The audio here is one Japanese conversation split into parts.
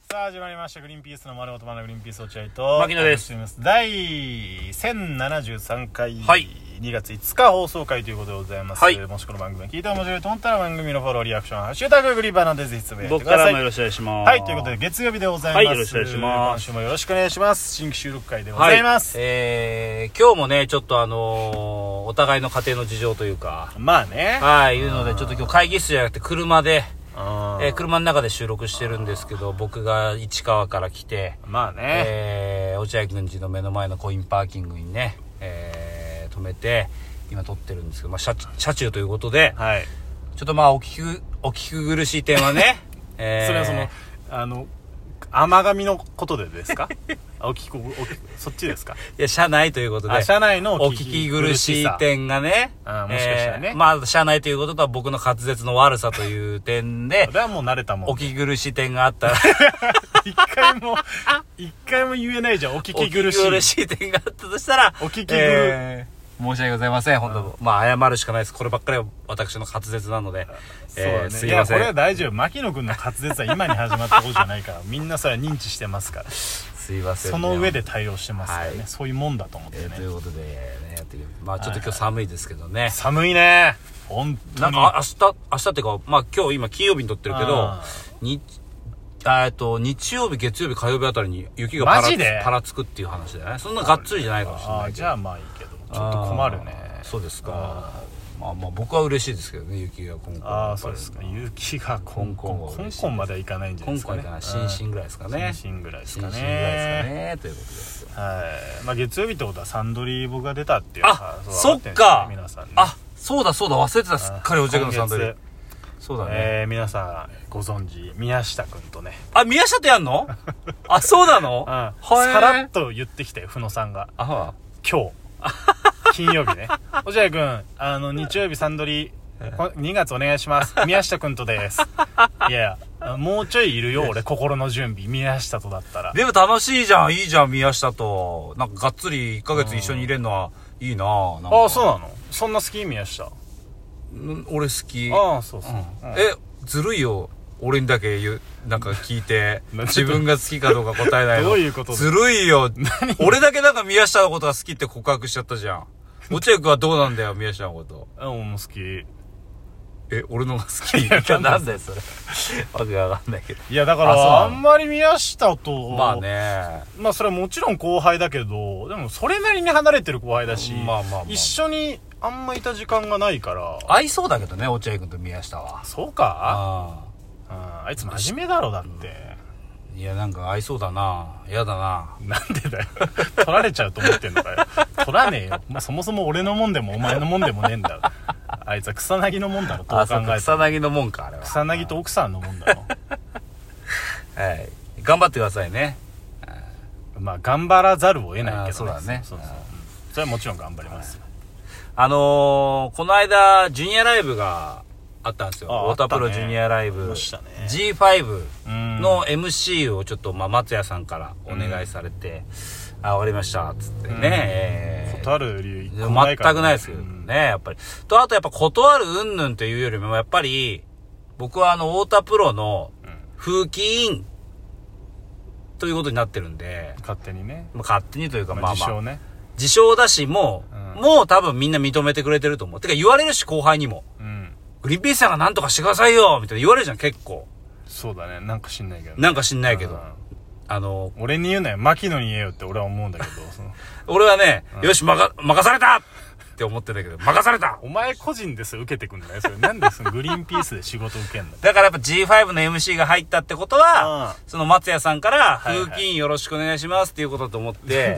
さあ始まりましたグリーンピースの丸ごとバナナグリーンピース落合と牧野です。 第1073回、 はい、 2月5日放送回ということでございます、 はい、 もしこの番組が聞いて面白いと思ったら番組のフォローリアクションハッシュタググリバナでぜひつぶやいてください。 僕からもよろしくお願いします。 はいということで月曜日でございます、 はい、よろしくお願いします。 今週もよろしくお願いします。新規収録回でございます、 はい、今日もねちょっとお互いの家庭の事情というかまあねはいいうのでちょっと今日会議室じゃなくて車で車の中で収録してるんですけど、僕が市川から来てまあね落合君家の目の前のコインパーキングにね、止めて今撮ってるんですけど、まあ、車中ということで、はい、ちょっとまあお聞き苦しい点はね、 それはその甘噛みのことでですかそっちですか。 いや車内ということで車内のお聞き苦しい点がね、 もしかしたらね、 まあ車内ということとは僕の滑舌の悪さという点でそれはもう慣れたもん、 お聞き苦しい点があったら一回も言えないじゃん。お聞き苦しい点があったとしたらお聞き申し訳ございません。本当まあ謝るしかないです。こればっかりは私の滑舌なので、 そうだね、 すいません。 いやこれは大丈夫。牧野くんの滑舌は今に始まったことじゃないからみんなそれは認知してますからすいません、ね、 その上で対応してますからね、はい、そういうもんだと思ってね、 ということで、ね、やってまあちょっと今日寒いですけどね、 寒いね本当に。 なんか明日っていうかまあ今日今金曜日に撮ってるけど日曜日月曜日火曜日あたりに雪がパラつくっていう話だよね。そんながっつりじゃないかもしれないけど。 じゃあまあいいけどちょっと困るね。 そうですか。まあ僕は嬉しいですけどね、雪がコンコン。 そうですか。雪がコンコンまではいかないんじゃないですかね。 コンコンいかない。シンぐらいですかね。 シンぐらいですかね。 ということですよ。 はい。まあ月曜日ってことはサンドリー僕が出たっていう。 そっか。 皆さんね。 そうだ忘れてた。すっかりお茶のサンドリー。そうだね。 皆さんご存知宮下くんとね。 宮下とやんの？そうなの？ さらっと言ってきてふのさんが。今日金曜日ね。落合くん日曜日サンドリー2月お願いします。宮下くんとです。いやもうちょいいるよ俺心の準備。宮下とだったら。 でも楽しいじゃん。いいじゃん宮下と。なんかがっつり1ヶ月一緒にいれるのはいいな。 そうなの？そんな好き宮下？ 俺好き。 そう、 ずるいよ。俺にだけなんか聞いて自分が好きかどうか答えないの。 どういうことだ？ ずるいよ。俺だけなんか宮下のことが好きって告白しちゃったじゃん。落合君はどうなんだよ宮下のこと。 俺も好き。 俺のが好き。いやなんだよそれ。わけわかんないけど。 いやだからあんまり宮下とまあね。 まあそれはもちろん後輩だけどでもそれなりに離れてる後輩だし、一緒にあんまいた時間がないから合いそうだけどね落合君と宮下は。 そうか？あいつ真面目だろだって、 いやなんか合いそうだな。やだな。 なんでだよ取られちゃうと思ってんのかよ。取らねえよ、そもそも俺のもんでもお前のもんでもねえんだよ。あいつは草薙のもんだろ。どう考えても草薙のもんかあれは。 草薙と奥さんのもんだろ。 はい頑張ってくださいね。 まあ頑張らざるを得ないけどね。 そうだね。 それはもちろん頑張ります。 この間ジュニアライブがあったんですよ。太田プロジュニアライブ、G5 の MC をちょっと松屋さんからお願いされて、終わりましたっつってね。 断る理由全くないですけどねやっぱり。あとやっぱ断る云々というよりもやっぱり僕は太田プロの風紀委員ということになってるんで、 勝手にね。 勝手にというか自称ね。 自称だしもう多分みんな認めてくれてると思う。てか言われるし後輩にも。グリーンピースさんがなんとかしてくださいよみたいな言われるじゃん結構。 そうだね。なんか知んないけど。俺に言うなよ。牧野に言えよって俺は思うんだけど。 俺はね、よし任されたって思ってんだけど、任された。 お前個人です受けてくんだよ。それなんでそのグリーンピースで仕事受けんだよ。 だからやっぱ G5 の MC が入ったってことは、その松屋さんから風紀委員よろしくお願いしますっていうことだと思って、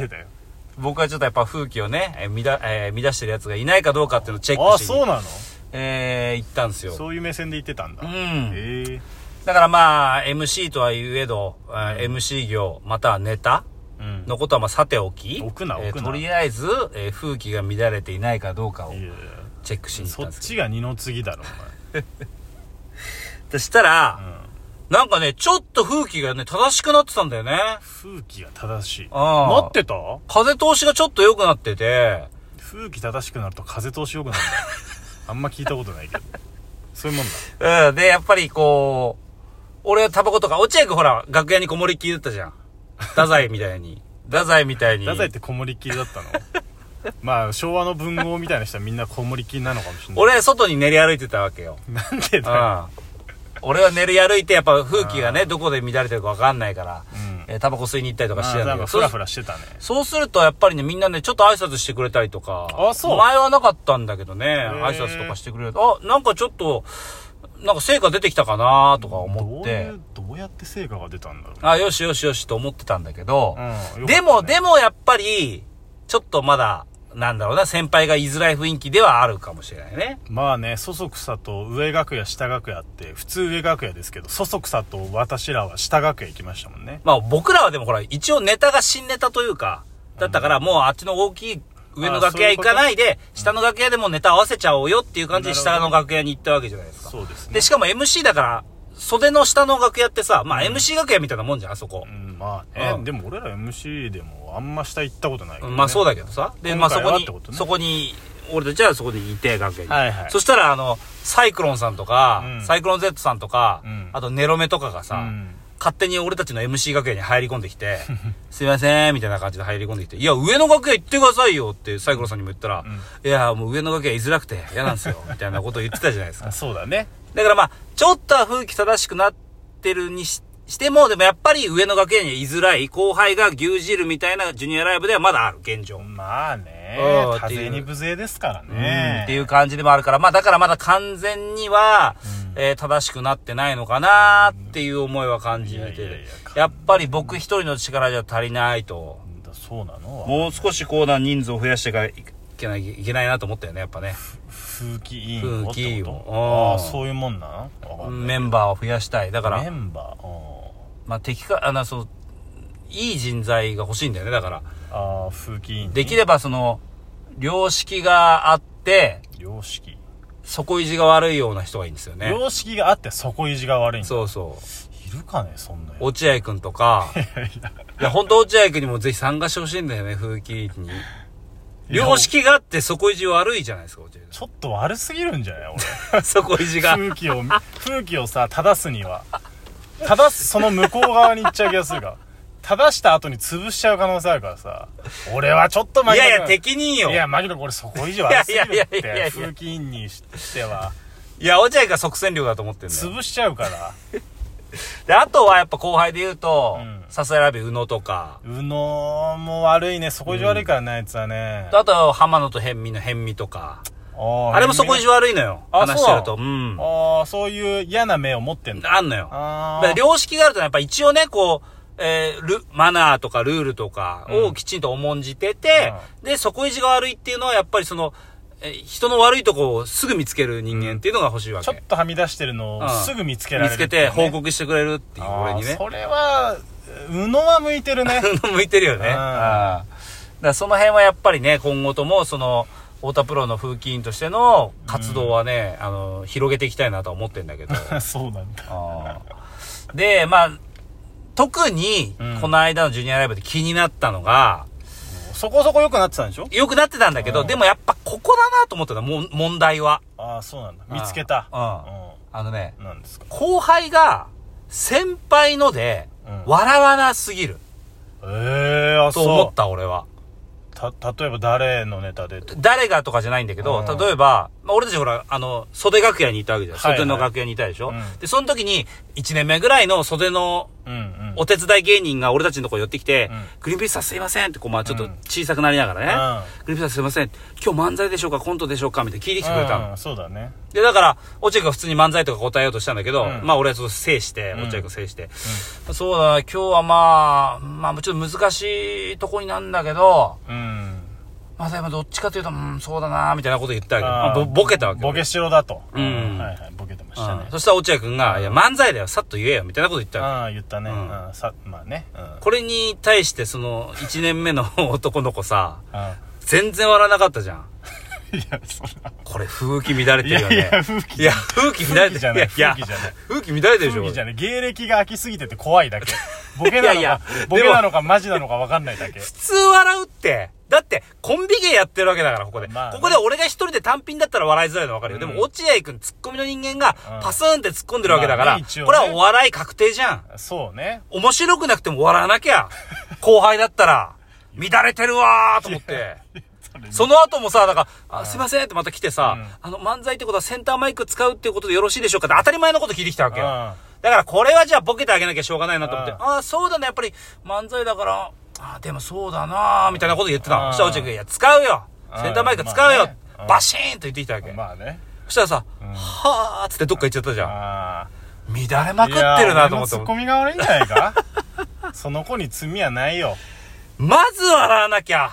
僕はちょっとやっぱ風紀をね、乱してるやつがいないかどうかっていうのをチェックして。 そうなの？ 行ったんですよ。 そういう目線で言ってたんだ。 だからまあ MC とはいえど、MC 業またはネタのことはまあさておき、とりあえず、風紀が乱れていないかどうかをチェックしに行ったんです。 そっちが二の次だろお前。 そしたら、なんかねちょっと風紀がね正しくなってたんだよね。 風紀が正しい。なってた？ 風通しがちょっと良くなってて。 風紀正しくなると風通し良くなるんだ。あんま聞いたことないけど。そういうもんだ。でやっぱりこ俺はタバコとか、落合くんほら、楽屋にこもりっきりだったじゃん。太宰みたいに。太宰ってこもりっきりだったのまあ、昭和の文豪みたいな人はみんなこもりっきりなのかもしれない。 俺は外に練り歩いてたわけよ。 なんでだよ。 俺は練り歩いて、やっぱ風紀がね、どこで乱れてるか分かんないから、タバコ吸いに行ったりとかしてたんだけど。 フラフラしてたね。 そうすると、やっぱりね、みんなね、ちょっと挨拶してくれたりとか。 あ、そう。 前はなかったんだけどね、挨拶とかしてくれる。なんかちょっと、なんか成果出てきたかなとか思って。 どうやって成果が出たんだろう。 よしよしよしと思ってたんだけど、でもやっぱり、ちょっとまだ、なんだろうな、先輩が言いづらい雰囲気ではあるかもしれないね。 まあね、そそくさと上楽屋下楽屋って、普通上楽屋ですけど、そそくさと私らは下楽屋行きましたもんね。 まあ僕らはでもほら、一応ネタが新ネタというか、だったからもうあっちの大きい上の楽屋行かないで、下の楽屋でもネタ合わせちゃおうよっていう感じで下の楽屋に行ったわけじゃないですか。 そうですね。 で、しかも MC だから、袖の下の楽屋ってさ、まあ MC 楽屋みたいなもんじゃん、あそこ。 まあね、でも俺ら MC でもあんま下行ったことないけどね。 まあそうだけどさ。で、まあそこに、俺たちはそこにいて、楽屋に。はいはい。そしたらサイクロンさんとか、サイクロン Z さんとか、あとネロメとかがさ、勝手に俺たちの MC 楽屋に入り込んできて、すいません、みたいな感じで入り込んできて、いや、上の楽屋行ってくださいよってサイクロンさんにも言ったら、いや、もう上の楽屋居づらくて嫌なんですよ、みたいなことを言ってたじゃないですか。 そうだね。 だからまあ、ちょっとは風紀正しくなってるにしても、でもやっぱり上の楽屋には居づらい、後輩が牛耳るみたいなジュニアライブではまだある、現状。 まあね、多勢に無勢ですからね。 っていう感じでもあるから、まあだからまだ完全には、正しくなってないのかなっていう思いは感じてる。やっぱり僕一人の力じゃ足りないと。 そうなの？ もう少しこうな人数を増やしていけないなと思ったよね、やっぱね。 風紀委員風紀委員を。 そういうもんなの？メンバーを増やしたい。だから、 メンバーまあいい人材が欲しいんだよね、だから。 風紀委員。 できれば良識があって、 良識。 底意地が悪いような人がいいんですよね。 良識があって底意地が悪いんだ。 そうそう。 いるかね、そんな。 落合くんとか。いや、本当落合くんにもぜひ参加してほしいんだよね、風紀委員に。良識があって底意地悪いじゃないですか、落合くん。 ちょっと悪すぎるんじゃない俺。 底意地が。 風紀をさ、正すには。正す、その向こう側に行っちゃう気がするから。正した後に潰しちゃう可能性あるからさ。俺はちょっといやいや、適任よ。 いや、マギロこれ底意地悪すぎるって。風紀委員にしては。 いや、落合が即戦力だと思ってんだよ。 潰しちゃうから。 で、あとはやっぱ後輩で言うと、さすらいラビ宇野とか。 宇野も悪いね。底意地悪いからね、あいつはね。 あと、浜野と辺見の辺見とか。あれも底意地悪いのよ。話してると。 そういう嫌な目を持ってんだ。 あんのよ。良識があるとやっぱ一応ね、こう、マナーとかルールとかをきちんと重んじてて、で、底意地が悪いっていうのはやっぱり人の悪いとこをすぐ見つける人間っていうのが欲しいわけ。 ちょっとはみ出してるのをすぐ見つけられる、 見つけて報告してくれるっていう、俺にね。 それは、宇野は向いてるね。 宇野向いてるよね。だからその辺はやっぱりね、今後とも太田プロの風紀委員としての活動はね、広げていきたいなとは思ってんだけど。 そうなんだ。 で、まあ、特に、この間のジュニアライブで気になったのが、 そこそこ良くなってたんでしょ？ 良くなってたんだけど、でもやっぱここだなと思ってた、問題は。 そうなんだ。見つけた。 何ですか？ 後輩が、先輩ので、笑わなすぎる。と思った、俺は。 例えば誰のネタで誰がとかじゃないんだけど、例えば、まあ、俺たちほら、袖楽屋にいたわけじゃん。袖の楽屋にいたでしょ、で、その時に、1年目ぐらいの袖の、お手伝い芸人が俺たちのとこ寄ってきて、グリーンピースさんすいませんって、まあちょっと小さくなりながらね、グリーンピースさんすいません、今日漫才でしょうか、コントでしょうかみたいな聞いてきてくれたの。 そうだね。 で、だから、落合が普通に漫才とか答えようとしたんだけど、まあ俺はちょっと制して、落合が制して、そうだな、今日はまあちょっと難しいとこになんだけど、まあでもどっちかというと、そうだなみたいなこと言ったわけ。ボケたわけ。 ボケしろだと。はいはい、ボケてましたね。 そしたら落合くんが、いや、漫才だよ、さっと言えよ、みたいなこと言ったわけ。 言ったね。まあね。 これに対して、1年目の男の子さ、全然笑わなかったじゃん。 いや、そら。 これ、風紀乱れてるよね。いや、風紀乱れてる。 じゃない。風紀乱れてるでしょ。 風紀じゃない。芸歴が空きすぎてて怖いだけ。ボケなのかマジなのか分かんないだけ。 普通笑うって。 だって、コンビ芸やってるわけだから、ここで。 まあね、 ここで俺が一人で単品だったら笑いづらいの分かるよ。でも、落合くん、ツッコミの人間が、パスーンって突っ込んでるわけだから、これはお笑い確定じゃん。 そうね。 面白くなくても笑わなきゃ。後輩だったら、乱れてるわーと思って。その後もさ、だから、すいませんってまた来てさ、漫才ってことはセンターマイク使うっていうことでよろしいでしょうかって当たり前のこと聞いてきたわけよ。だからこれはじゃあボケてあげなきゃしょうがないなと思って、そうだね、やっぱり漫才だから、でもそうだなみたいなこと言ってたの。そしたら落合君、いや、使うよセンターマイク使うよ、バシーンと言ってきたわけ。 まあね。 そしたらさ、はーっつってどっか行っちゃったじゃん。乱れまくってるなと思って。 ツッコミが悪いんじゃないかその子に罪はないよ。 まず笑わなきゃ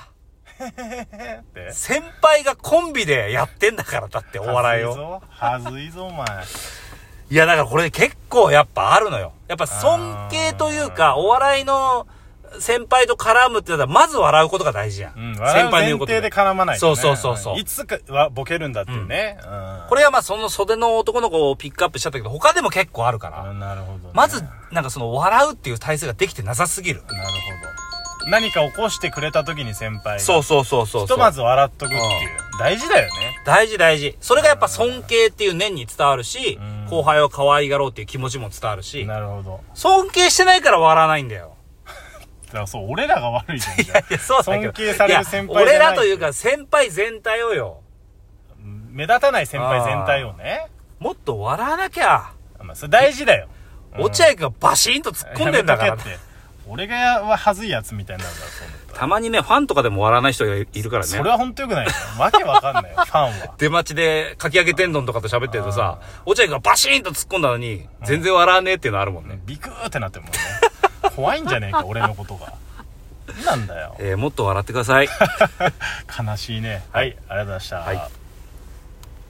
先輩がコンビでやってんだから、だってお笑いを。 はずいぞ、お前。 いや、だからこれ結構やっぱあるのよ。やっぱ尊敬というか、お笑いの先輩と絡むって言ったら、まず笑うことが大事やん。 先輩の言うことで。前提で絡まないとね。 そう。 いつかはボケるんだっていうね。 これはまあその袖の男の子をピックアップしちゃったけど、他でも結構あるから。 なるほど。 まず、なんかその笑うっていう体制ができてなさすぎる。 なるほど。何か起こしてくれた時に先輩が。 そう。 ひとまず笑っとくっていう。大事だよね。 大事。それがやっぱ尊敬っていう念に伝わるし、後輩を可愛がろうっていう気持ちも伝わるし。 なるほど。 尊敬してないから笑わないんだよ。 だからそう、俺らが悪いじゃん。 いや、そうだけど。 尊敬される先輩じゃない。 俺らというか先輩全体をよ。 目立たない先輩全体をね。 もっと笑わなきゃ。 まあ、それ大事だよ。 落合くんがバシーンと突っ込んでんだからって。 俺がははずいやつみたいになるから、そう思ったら。 たまにね、ファンとかでも笑わない人がいるからね。 それは本当よくないよ。わけわかんないよ、ファンは。 出待ちで、かき揚げ天丼とかと喋ってるとさ、落合くんがバシーンと突っ込んだのに、全然笑わねえっていうのあるもんね。 ビクーってなってるもんね。怖いんじゃねえか、俺のことが。なんだよ。 もっと笑ってください。 悲しいね。はい、ありがとうございました。はい。